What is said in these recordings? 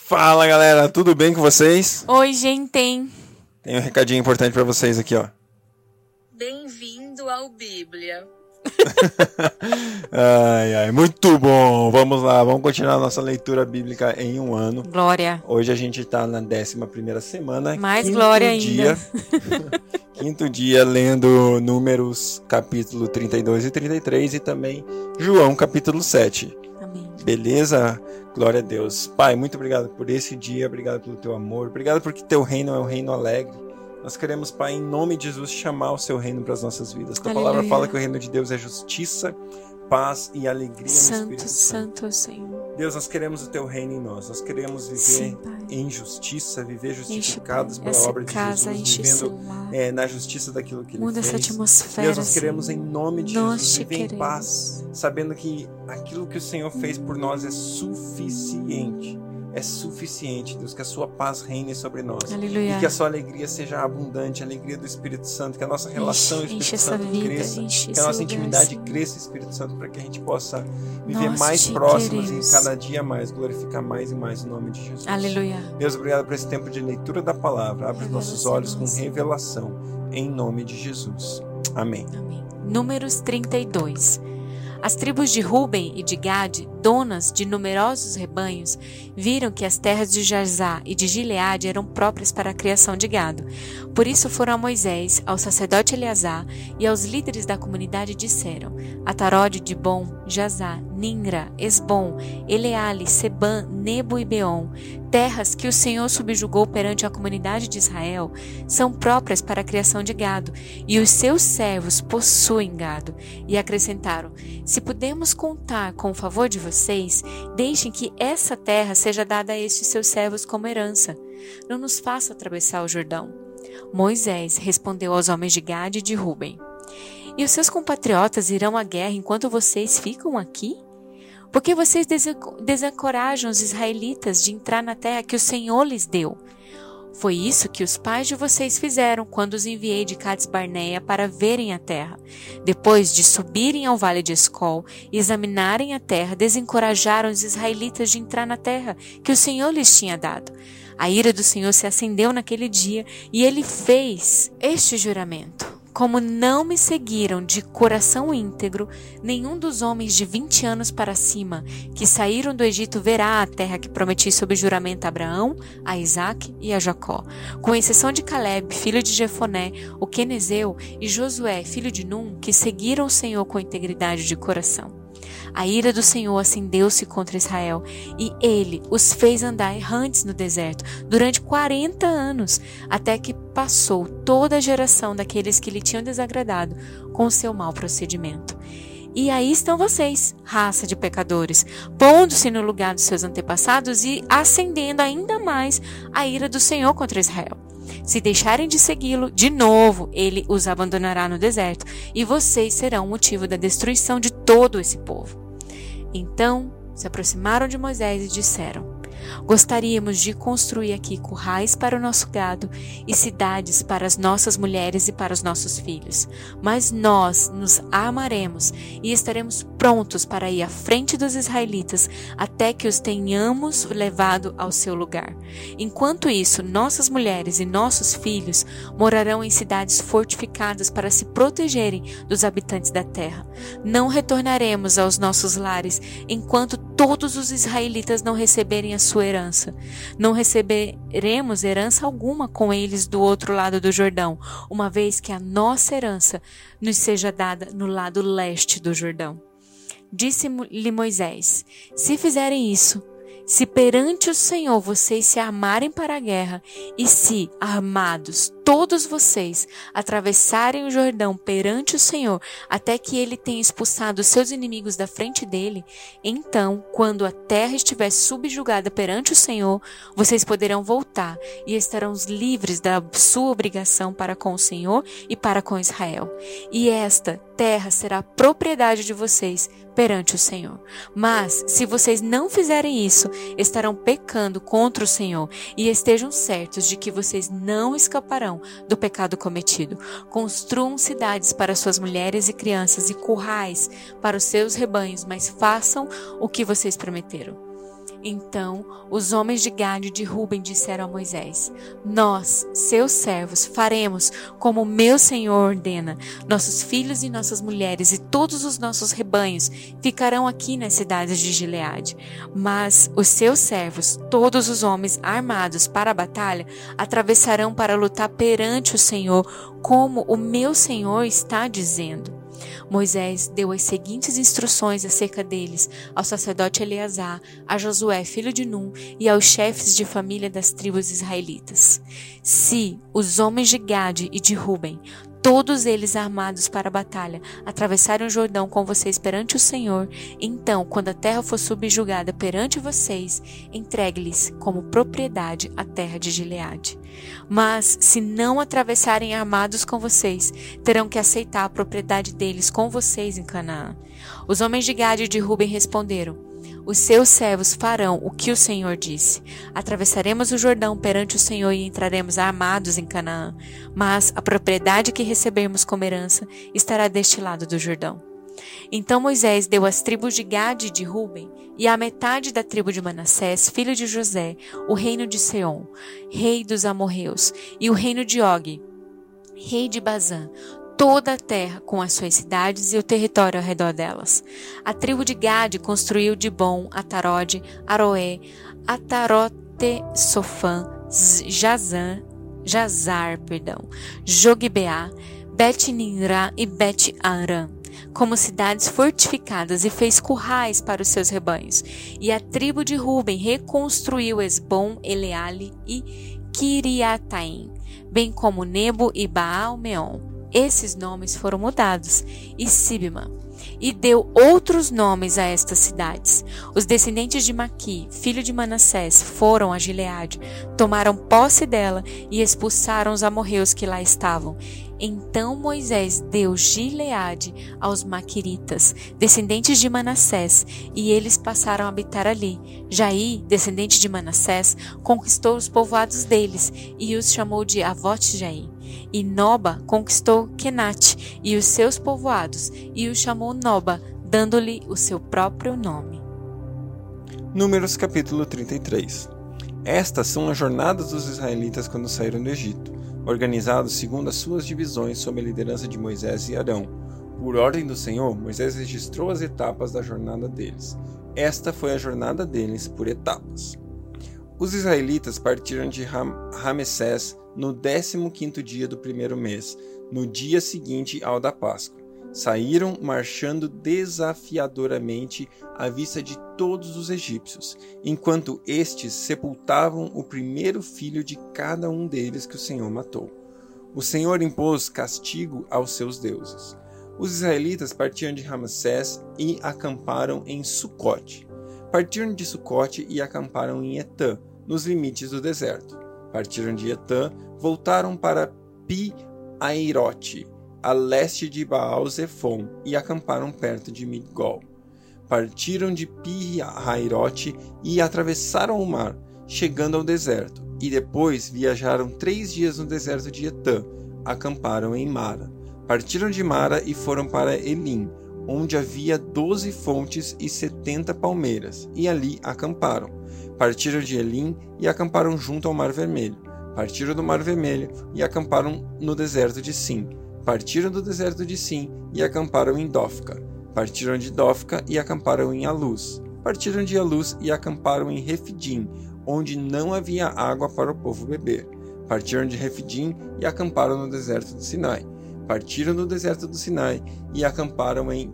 Fala galera, tudo bem com vocês? Oi, gente. Tem um recadinho importante pra vocês aqui, ó. Bem-vindo ao Bíblia. Ai, muito bom. Vamos lá, vamos continuar a nossa leitura bíblica em um ano. Glória. Hoje a gente tá na 11ª semana. Mais glória dia, ainda. Quinto dia lendo Números capítulo 32 e 33 e também João capítulo 7. Amém. Beleza? Glória a Deus. Pai, muito obrigado por esse dia, obrigado pelo teu amor, obrigado porque teu reino é um reino alegre. Nós queremos, Pai, em nome de Jesus, chamar o seu reino para as nossas vidas. Tua palavra fala que o reino de Deus é justiça, paz e alegria no Espírito Santo. Santo, Senhor. Deus, nós queremos o teu reino em nós. Nós queremos viver em justiça, viver justificados pela obra de Jesus, vivendo na justiça daquilo que Ele fez. Essa atmosfera, Deus, nós queremos em nome de Jesus viver em queremos. paz, sabendo que aquilo que o Senhor fez por nós é suficiente. É suficiente, Deus, que a sua paz reine sobre nós. Aleluia. E que a sua alegria seja abundante, a alegria do Espírito Santo, que a nossa relação com o Espírito Santo cresça, que a nossa intimidade cresça, Espírito Santo, para que a gente possa viver mais próximos e cada dia mais glorificar mais e mais o nome de Jesus. Aleluia. Deus, obrigado por esse tempo de leitura da palavra. Abre os nossos olhos com revelação, em nome de Jesus. Amém. Amém. Números 32. As tribos de Ruben e de Gade, donas de numerosos rebanhos, viram que as terras de Jazá e de Gileade eram próprias para a criação de gado. Por isso foram a Moisés, ao sacerdote Eleazar e aos líderes da comunidade e disseram: Atarode, Dibom, Jazá, Ninra, Esbom, Eleale, Sebã, Nebo e Beon, terras que o Senhor subjugou perante a comunidade de Israel, são próprias para a criação de gado, e os seus servos possuem gado. E acrescentaram: se podemos contar com o favor de vocês, deixem que essa terra seja dada a estes seus servos como herança. Não nos faça atravessar o Jordão. Moisés respondeu aos homens de Gade e de Ruben: e os seus compatriotas irão à guerra enquanto vocês ficam aqui? Porque vocês desencorajam os israelitas de entrar na terra que o Senhor lhes deu. Foi isso que os pais de vocês fizeram quando os enviei de Cades-Barneia para verem a terra. Depois de subirem ao vale de Escol e examinarem a terra, desencorajaram os israelitas de entrar na terra que o Senhor lhes tinha dado. A ira do Senhor se acendeu naquele dia e ele fez este juramento: como não me seguiram de coração íntegro, nenhum dos homens de 20 anos para cima que saíram do Egito verá a terra que prometi sob juramento a Abraão, a Isaque e a Jacó, com exceção de Caleb, filho de Jefoné, o quenezeu, e Josué, filho de Num, que seguiram o Senhor com integridade de coração. A ira do Senhor acendeu-se contra Israel, e ele os fez andar errantes no deserto durante 40 anos, até que passou toda a geração daqueles que lhe tinham desagradado com o seu mau procedimento. E aí estão vocês, raça de pecadores, pondo-se no lugar dos seus antepassados e acendendo ainda mais a ira do Senhor contra Israel. Se deixarem de segui-lo, de novo ele os abandonará no deserto, e vocês serão o motivo da destruição de todo esse povo. Então se aproximaram de Moisés e disseram: gostaríamos de construir aqui currais para o nosso gado e cidades para as nossas mulheres e para os nossos filhos. Mas nós nos amaremos e estaremos prontos para ir à frente dos israelitas até que os tenhamos levado ao seu lugar. Enquanto isso, nossas mulheres e nossos filhos morarão em cidades fortificadas para se protegerem dos habitantes da terra. Não retornaremos aos nossos lares enquanto todos os israelitas não receberem a sua herança. Não receberemos herança alguma com eles do outro lado do Jordão, uma vez que a nossa herança nos seja dada no lado leste do Jordão. Disse-lhe Moisés: se fizerem isso, se perante o Senhor vocês se armarem para a guerra, e se, armados, todos vocês atravessarem o Jordão perante o Senhor, até que ele tenha expulsado os seus inimigos da frente dele, então, quando a terra estiver subjugada perante o Senhor, vocês poderão voltar e estarão livres da sua obrigação para com o Senhor e para com Israel. E esta terra será propriedade de vocês perante o Senhor. Mas, se vocês não fizerem isso, estarão pecando contra o Senhor, e estejam certos de que vocês não escaparão do pecado cometido. Construam cidades para suas mulheres e crianças e currais para os seus rebanhos, mas façam o que vocês prometeram. Então os homens de Gade e de Ruben disseram a Moisés: Nós, seus servos, faremos como meu senhor ordena. Nossos filhos e nossas mulheres e todos os nossos rebanhos ficarão aqui nas cidades de Gileade. Mas os seus servos, todos os homens armados para a batalha, atravessarão para lutar perante o Senhor, como o meu senhor está dizendo. Moisés deu as seguintes instruções acerca deles ao sacerdote Eleazar, a Josué, filho de Num, e aos chefes de família das tribos israelitas. Se os homens de Gade e de Ruben, todos eles armados para a batalha, atravessarem o Jordão com vocês perante o Senhor, então, quando a terra for subjugada perante vocês, entregue-lhes como propriedade a terra de Gileade. Mas, se não atravessarem armados com vocês, terão que aceitar a propriedade deles com vocês em Canaã. Os homens de Gade e de Ruben responderam: Os seus servos farão o que o Senhor disse. Atravessaremos o Jordão perante o Senhor e entraremos armados em Canaã. Mas a propriedade que recebermos como herança estará deste lado do Jordão. Então Moisés deu às tribos de Gade e de Ruben e à metade da tribo de Manassés, filho de José, o reino de Seom, rei dos amorreus, e o reino de Og, rei de Bazã, toda a terra com as suas cidades e o território ao redor delas. A tribo de Gade construiu Dibon, Atarode, Aroé, Atarote, Sofã, Jazar, Jogbeá, Bet-Nimrá e Bet-Arã, como cidades fortificadas, e fez currais para os seus rebanhos. E a tribo de Ruben reconstruiu Esbom, Eleale e Kiriataim, bem como Nebo e Baal-Meon. Esses nomes foram mudados, e Sibma, e deu outros nomes a estas cidades. Os descendentes de Maqui, filho de Manassés, foram a Gileade, tomaram posse dela e expulsaram os amorreus que lá estavam. Então Moisés deu Gileade aos maquiritas, descendentes de Manassés, e eles passaram a habitar ali. Jair, descendente de Manassés, conquistou os povoados deles e os chamou de Avot-Jair. E Noba conquistou Kenate e os seus povoados, e os chamou Noba, dando-lhe o seu próprio nome. Números capítulo 33. Estas são as jornadas dos israelitas quando saíram do Egito, organizados segundo as suas divisões sob a liderança de Moisés e Arão. Por ordem do Senhor, Moisés registrou as etapas da jornada deles. Esta foi a jornada deles por etapas. Os israelitas partiram de Ramessés no 15º dia do primeiro mês, no dia seguinte ao da Páscoa. Saíram marchando desafiadoramente à vista de todos os egípcios, enquanto estes sepultavam o primeiro filho de cada um deles que o Senhor matou. O Senhor impôs castigo aos seus deuses. Os israelitas partiram de Ramessés e acamparam em Sucote. Partiram de Sucote e acamparam em Etã, nos limites do deserto. Partiram de Etã, voltaram para Pi-Airote, a leste de Baal-Zefon, e acamparam perto de Migdol. Partiram de Pi-Airote e atravessaram o mar, chegando ao deserto, e depois viajaram 3 dias no deserto de Etã, acamparam em Mara. Partiram de Mara e foram para Elim, onde havia 12 fontes e 70 palmeiras, e ali acamparam. Partiram de Elim e acamparam junto ao Mar Vermelho. Partiram do Mar Vermelho e acamparam no deserto de Sim. Partiram do deserto de Sim e acamparam em Dofca. Partiram de Dofca e acamparam em Aluz. Partiram de Aluz e acamparam em Refidim, onde não havia água para o povo beber. Partiram de Refidim e acamparam no deserto do Sinai. Partiram do deserto do Sinai e acamparam em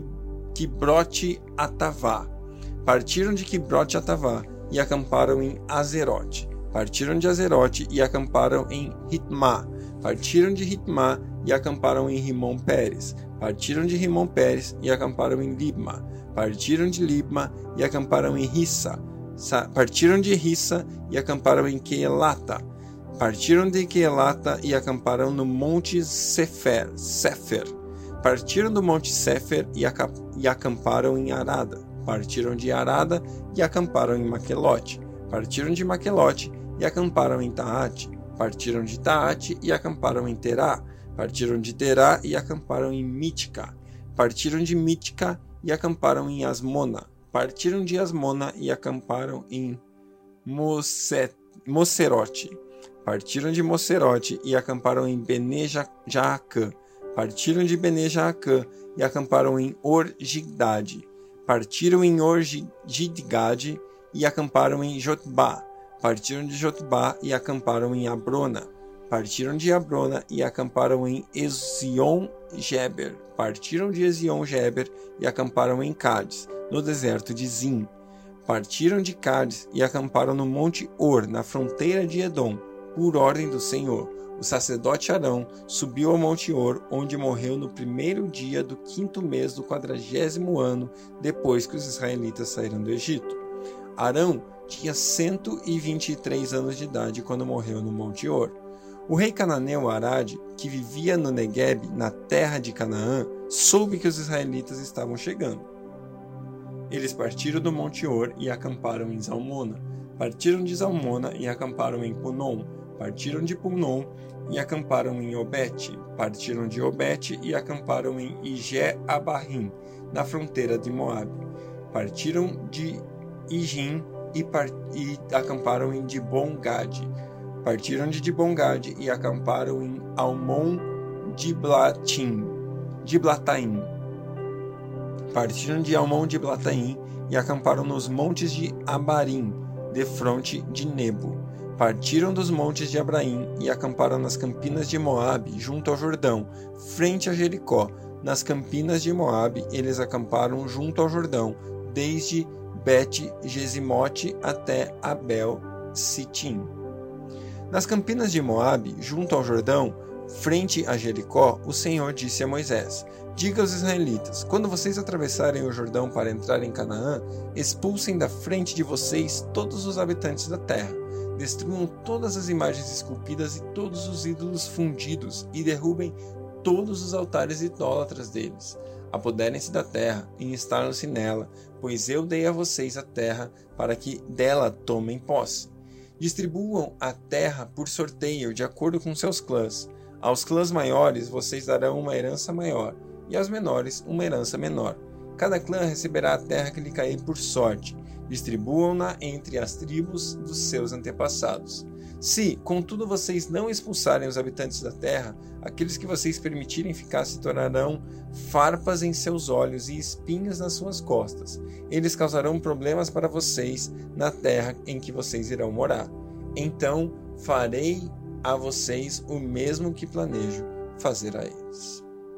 Quibrote-Atavá. Partiram de Quibrote-Atavá e acamparam em Azerote. Partiram de Azerote e acamparam em Ritmá. Partiram de Ritmá e acamparam em Rimon-Pérez. Partiram de Rimon-Pérez e acamparam em Libma. Partiram de Libma e acamparam em Rissa. Partiram de Rissa e acamparam em Queelata. Partiram de Queelata e acamparam no Monte Sefer. Partiram do Monte Sefer e acamparam em Arada. Partiram de Arada e acamparam em Maquelote. Partiram de Maquelote e acamparam em Taate. Partiram de Taate e acamparam em Terá. Partiram de Terá e acamparam em Mítica. Partiram de Mítica e acamparam em Asmona. Partiram de Asmona e acamparam em Mocerote. Partiram de Mocerote e acamparam em Bene-Jaacã. Partiram de Bene-Jaacã e acamparam em Orgidade. Partiram em Orgidgade e acamparam em Jotbá. Partiram de Jotbá e acamparam em Abrona. Partiram de Abrona e acamparam em Ezion-Geber. Partiram de Ezion-Geber e acamparam em Cádiz, no deserto de Zin. Partiram de Cádiz e acamparam no monte Or, na fronteira de Edom, por ordem do Senhor. O sacerdote Arão subiu ao monte Or, onde morreu no primeiro dia do 5º mês do 40º ano, depois que os israelitas saíram do Egito. Arão tinha 123 anos de idade quando morreu no monte Or. O rei cananeu Arad, que vivia no Negueb, na terra de Canaã, soube que os israelitas estavam chegando. Eles partiram do monte Or e acamparam em Zalmona. Partiram de Zalmona e acamparam em Punom. Partiram de Punom e acamparam em Obete. Partiram de Obete e acamparam em Ije-Abarrim, na fronteira de Moabe. Partiram de Ijim e acamparam em Dibon-Gade. Partiram de Dibon-Gade e acamparam em Almon-Diblataim. Partiram de Almon-Diblataim e acamparam nos montes de Abarim, defronte de Nebo. Partiram dos montes de Abraim e acamparam nas campinas de Moabe, junto ao Jordão, frente a Jericó. Nas campinas de Moabe, eles acamparam junto ao Jordão, desde Bet-Gesimote até Abel-Sitim. Nas campinas de Moabe, junto ao Jordão, frente a Jericó, o Senhor disse a Moisés: diga aos israelitas, quando vocês atravessarem o Jordão para entrar em Canaã, expulsem da frente de vocês todos os habitantes da terra. Destruam todas as imagens esculpidas e todos os ídolos fundidos e derrubem todos os altares idólatras deles. Apoderem-se da terra e instalam-se nela, pois eu dei a vocês a terra para que dela tomem posse. Distribuam a terra por sorteio de acordo com seus clãs. Aos clãs maiores vocês darão uma herança maior, e aos menores uma herança menor. Cada clã receberá a terra que lhe cair por sorte. Distribuam-na entre as tribos dos seus antepassados. Se, contudo, vocês não expulsarem os habitantes da terra, aqueles que vocês permitirem ficar se tornarão farpas em seus olhos e espinhos nas suas costas. Eles causarão problemas para vocês na terra em que vocês irão morar. Então farei a vocês o mesmo que planejo fazer a eles.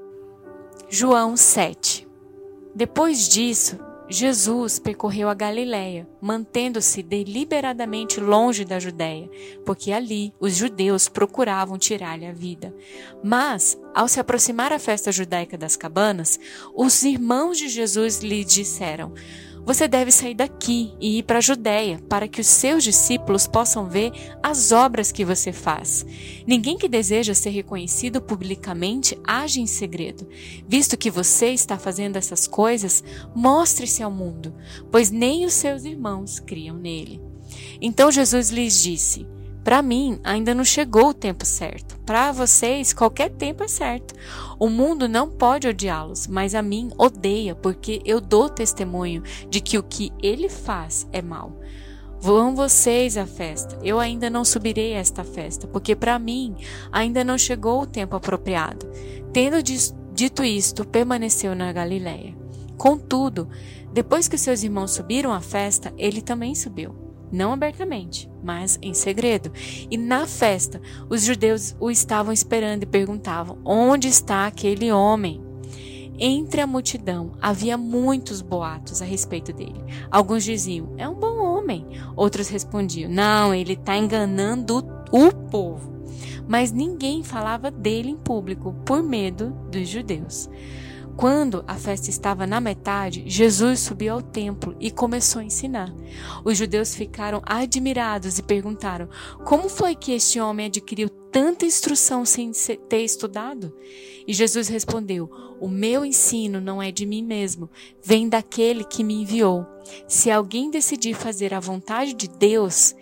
João 7. Depois disso, Jesus percorreu a Galiléia, mantendo-se deliberadamente longe da Judéia, porque ali os judeus procuravam tirar-lhe a vida. Mas, ao se aproximar a festa judaica das cabanas, os irmãos de Jesus lhe disseram: você deve sair daqui e ir para a Judéia, para que os seus discípulos possam ver as obras que você faz. Ninguém que deseja ser reconhecido publicamente age em segredo. Visto que você está fazendo essas coisas, mostre-se ao mundo, pois nem os seus irmãos criam nele. Então Jesus lhes disse: para mim, ainda não chegou o tempo certo. Para vocês, qualquer tempo é certo. O mundo não pode odiá-los, mas a mim odeia, porque eu dou testemunho de que o que ele faz é mal. Vão vocês à festa. Eu ainda não subirei a esta festa, porque para mim ainda não chegou o tempo apropriado. Tendo dito isto, permaneceu na Galiléia. Contudo, depois que seus irmãos subiram à festa, ele também subiu. Não abertamente, mas em segredo. E na festa, os judeus o estavam esperando e perguntavam: onde está aquele homem? Entre a multidão havia muitos boatos a respeito dele. Alguns diziam: é um bom homem. Outros respondiam: não, ele está enganando o povo. Mas ninguém falava dele em público por medo dos judeus. Quando a festa estava na metade, Jesus subiu ao templo e começou a ensinar. Os judeus ficaram admirados e perguntaram: como foi que este homem adquiriu tanta instrução sem ter estudado? E Jesus respondeu: o meu ensino não é de mim mesmo, vem daquele que me enviou. Se alguém decidir fazer a vontade de Deus,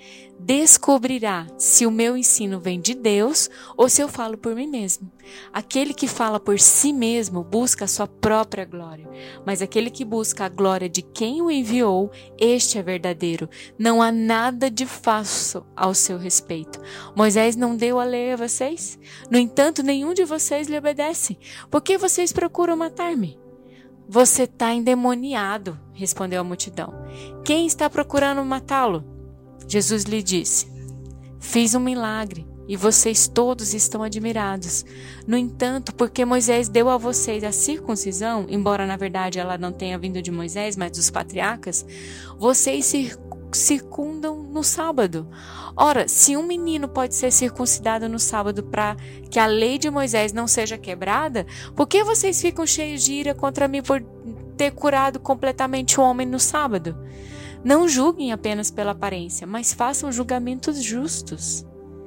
descobrirá se o meu ensino vem de Deus ou se eu falo por mim mesmo. Aquele que fala por si mesmo busca a sua própria glória, mas aquele que busca a glória de quem o enviou, este é verdadeiro. Não há nada de falso ao seu respeito. Moisés não deu a lei a vocês? No entanto, nenhum de vocês lhe obedece. Por que vocês procuram matar-me? Você está endemoniado, respondeu a multidão. Quem está procurando matá-lo? Jesus lhe disse: fiz um milagre e vocês todos estão admirados. No entanto, porque Moisés deu a vocês a circuncisão, embora na verdade ela não tenha vindo de Moisés, mas dos patriarcas, vocês circundam no sábado. Ora, se um menino pode ser circuncidado no sábado para que a lei de Moisés não seja quebrada, por que vocês ficam cheios de ira contra mim por ter curado completamente o homem no sábado? Não julguem apenas pela aparência, mas façam julgamentos justos.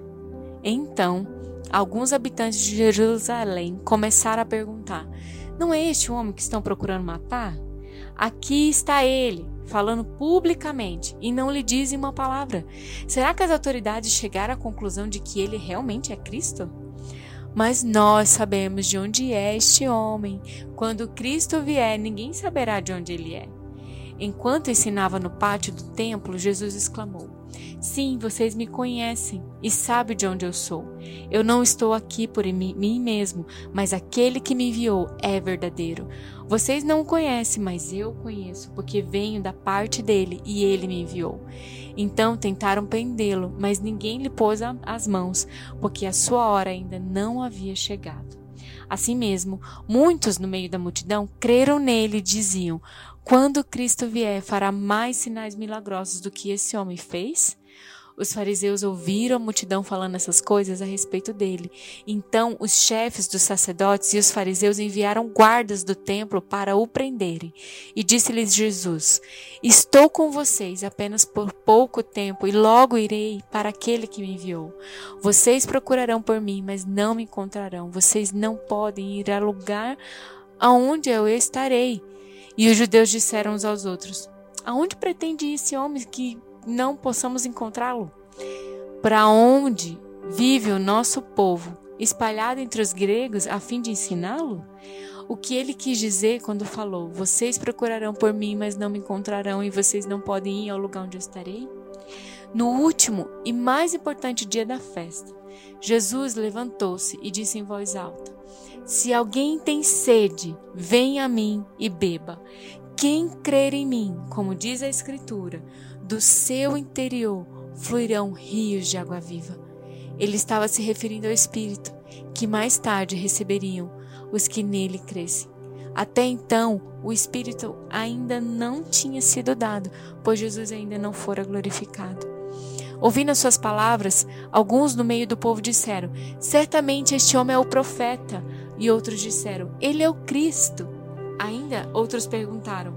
Então, alguns habitantes de Jerusalém começaram a perguntar: não é este o homem que estão procurando matar? Aqui está ele, falando publicamente, e não lhe dizem uma palavra. Será que as autoridades chegaram à conclusão de que ele realmente é Cristo? Mas nós sabemos de onde é este homem. Quando Cristo vier, ninguém saberá de onde ele é. Enquanto ensinava no pátio do templo, Jesus exclamou: sim, vocês me conhecem e sabem de onde eu sou. Eu não estou aqui por mim mesmo, mas aquele que me enviou é verdadeiro. Vocês não o conhecem, mas eu o conheço, porque venho da parte dele e ele me enviou. Então tentaram prendê-lo, mas ninguém lhe pôs as mãos, porque a sua hora ainda não havia chegado. Assim mesmo, muitos no meio da multidão creram nele e diziam: quando Cristo vier, fará mais sinais milagrosos do que esse homem fez? Os fariseus ouviram a multidão falando essas coisas a respeito dele. Então os chefes dos sacerdotes e os fariseus enviaram guardas do templo para o prenderem. E disse-lhes Jesus: estou com vocês apenas por pouco tempo e logo irei para aquele que me enviou. Vocês procurarão por mim, mas não me encontrarão. Vocês não podem ir ao lugar aonde eu estarei. E os judeus disseram uns aos outros: aonde pretende ir esse homem que não possamos encontrá-lo? Para onde vive o nosso povo, espalhado entre os gregos, a fim de ensiná-lo? O que ele quis dizer quando falou: vocês procurarão por mim, mas não me encontrarão, e vocês não podem ir ao lugar onde eu estarei? No último e mais importante dia da festa, Jesus levantou-se e disse em voz alta: se alguém tem sede, venha a mim e beba. Quem crer em mim, como diz a Escritura, do seu interior fluirão rios de água viva. Ele estava se referindo ao Espírito, que mais tarde receberiam os que nele crescem. Até então, o Espírito ainda não tinha sido dado, pois Jesus ainda não fora glorificado. Ouvindo as suas palavras, alguns no meio do povo disseram: certamente este homem é o profeta. E outros disseram: ele é o Cristo. Ainda outros perguntaram: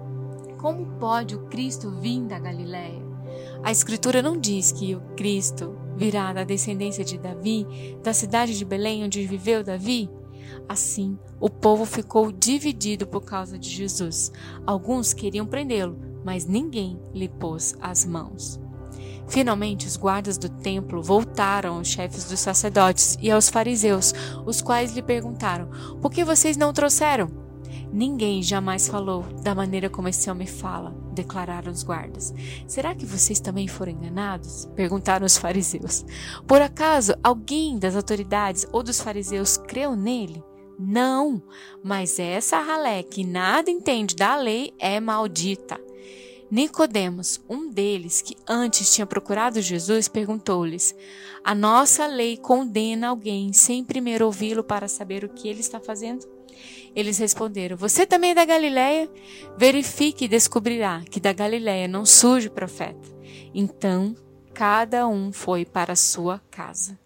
como pode o Cristo vir da Galiléia? A Escritura não diz que o Cristo virá da descendência de Davi, da cidade de Belém, onde viveu Davi? Assim, o povo ficou dividido por causa de Jesus. Alguns queriam prendê-lo, mas ninguém lhe pôs as mãos. Finalmente, os guardas do templo voltaram aos chefes dos sacerdotes e aos fariseus, os quais lhe perguntaram: por que vocês não o trouxeram? Ninguém jamais falou da maneira como esse homem fala, declararam os guardas. Será que vocês também foram enganados? Perguntaram os fariseus. Por acaso alguém das autoridades ou dos fariseus creu nele? Não, mas essa ralé que nada entende da lei é maldita. Nicodemos, um deles que antes tinha procurado Jesus, perguntou-lhes: a nossa lei condena alguém sem primeiro ouvi-lo para saber o que ele está fazendo? Eles responderam: você também é da Galiléia? Verifique e descobrirá que da Galiléia não surge profeta. Então, cada um foi para a sua casa.